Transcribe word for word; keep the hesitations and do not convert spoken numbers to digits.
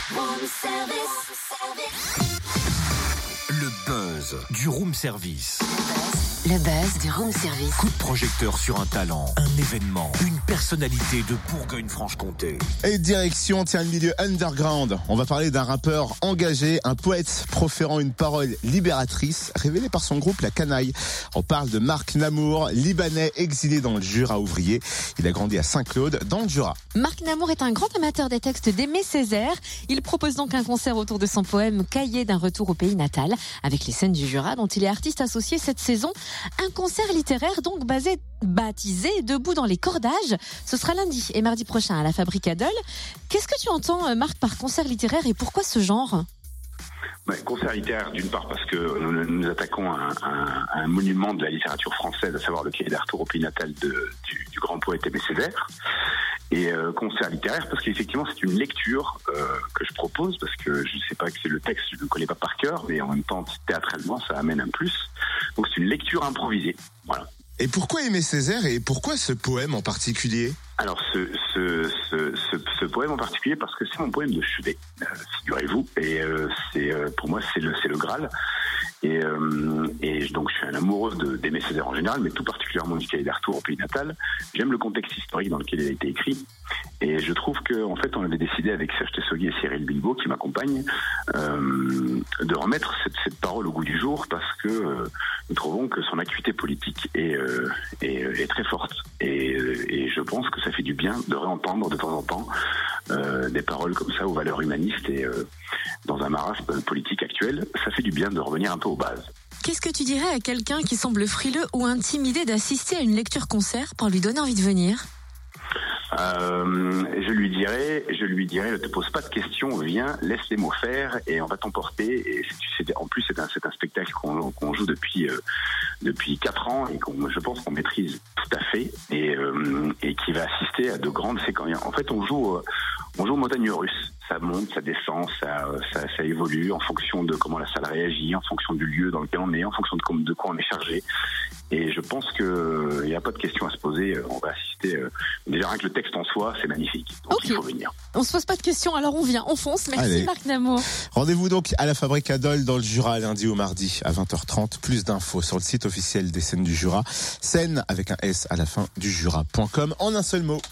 Room service. Le buzz du room service. Le buzz du room service. Coup de projecteur sur un talent, un événement, une personnalité de Bourgogne-Franche-Comté. Et direction, tiens, le milieu underground. On va parler d'un rappeur engagé, un poète proférant une parole libératrice, révélée par son groupe La Canaille. On parle de Marc Namour, libanais exilé dans le Jura ouvrier. Il a grandi à Saint-Claude, dans le Jura. Marc Namour est un grand amateur des textes d'Aimé Césaire. Il propose donc un concert autour de son poème Cahier d'un retour au pays natal, avec les scènes du Jura, dont il est artiste associé cette saison. Un concert littéraire donc basé, baptisé Debout dans les cordages. Ce sera lundi et mardi prochain à la Fabrique Adol. Qu'est-ce que tu entends, Marc, par concert littéraire et pourquoi ce genre ? Ouais, concert littéraire, d'une part parce que nous nous attaquons à un, un, un monument de la littérature française, à savoir le Cahier d'un retour au pays natal de, du, du grand poète Aimé Césaire. Et euh, concert littéraire parce qu'effectivement c'est une lecture euh, que je propose, parce que je ne sais pas que c'est le texte, je ne le connais pas par cœur, mais en même temps théâtralement ça amène un plus. Donc c'est une lecture improvisée. Voilà. Et pourquoi Aimé Césaire et pourquoi ce poème en particulier ? Alors ce, ce, ce, ce, ce poème en particulier parce que c'est mon poème de chevet, euh, figurez-vous, et euh, c'est euh, pour moi c'est le c'est le Graal. Et, euh, et donc je suis un amoureux de, d'Aimé Césaire en général, mais tout particulièrement du Cahier des retours au pays natal. J'aime le contexte historique dans lequel il a été écrit, et je trouve que en fait on avait décidé avec Serge Tessoguier et Cyril Bilbao qui m'accompagnent euh, de remettre cette, cette parole au goût du jour, parce que euh, nous trouvons que son acuité politique est, euh, est, est très forte, et, et je pense que ça fait du bien de réentendre de temps en temps euh, des paroles comme ça aux valeurs humanistes, et euh, dans un marasme politique actuel, ça fait du bien de revenir un peu aux bases. Qu'est-ce que tu dirais à quelqu'un qui semble frileux ou intimidé d'assister à une lecture-concert pour lui donner envie de venir ? Euh, je lui dirais, je lui dirais, ne te pose pas de questions, viens, laisse les mots faire et on va t'emporter. Et c'est, c'est, en plus, c'est un, c'est un spectacle qu'on, qu'on joue depuis euh, depuis quatre ans et qu'on, je pense, qu'on maîtrise tout à fait, et, euh, et qui va assister à de grandes séquences. En fait, on joue, euh, on joue aux montagnes russes. Ça monte, ça descend, ça, ça, ça évolue en fonction de comment la salle réagit, en fonction du lieu dans lequel on est, en fonction de, de quoi on est chargé. Et je pense que il n'y a pas de question à se poser. On va assister. Euh, déjà rien que le texte en soi, c'est magnifique. Donc okay. Il faut venir. On se pose pas de questions, alors on vient, on fonce. Merci. Allez. Marc Namour. Rendez-vous donc à la Fabrique Adol dans le Jura lundi au mardi à vingt heures trente. Plus d'infos sur le site officiel des scènes du Jura. Scène avec un S à la fin du jura point com en un seul mot.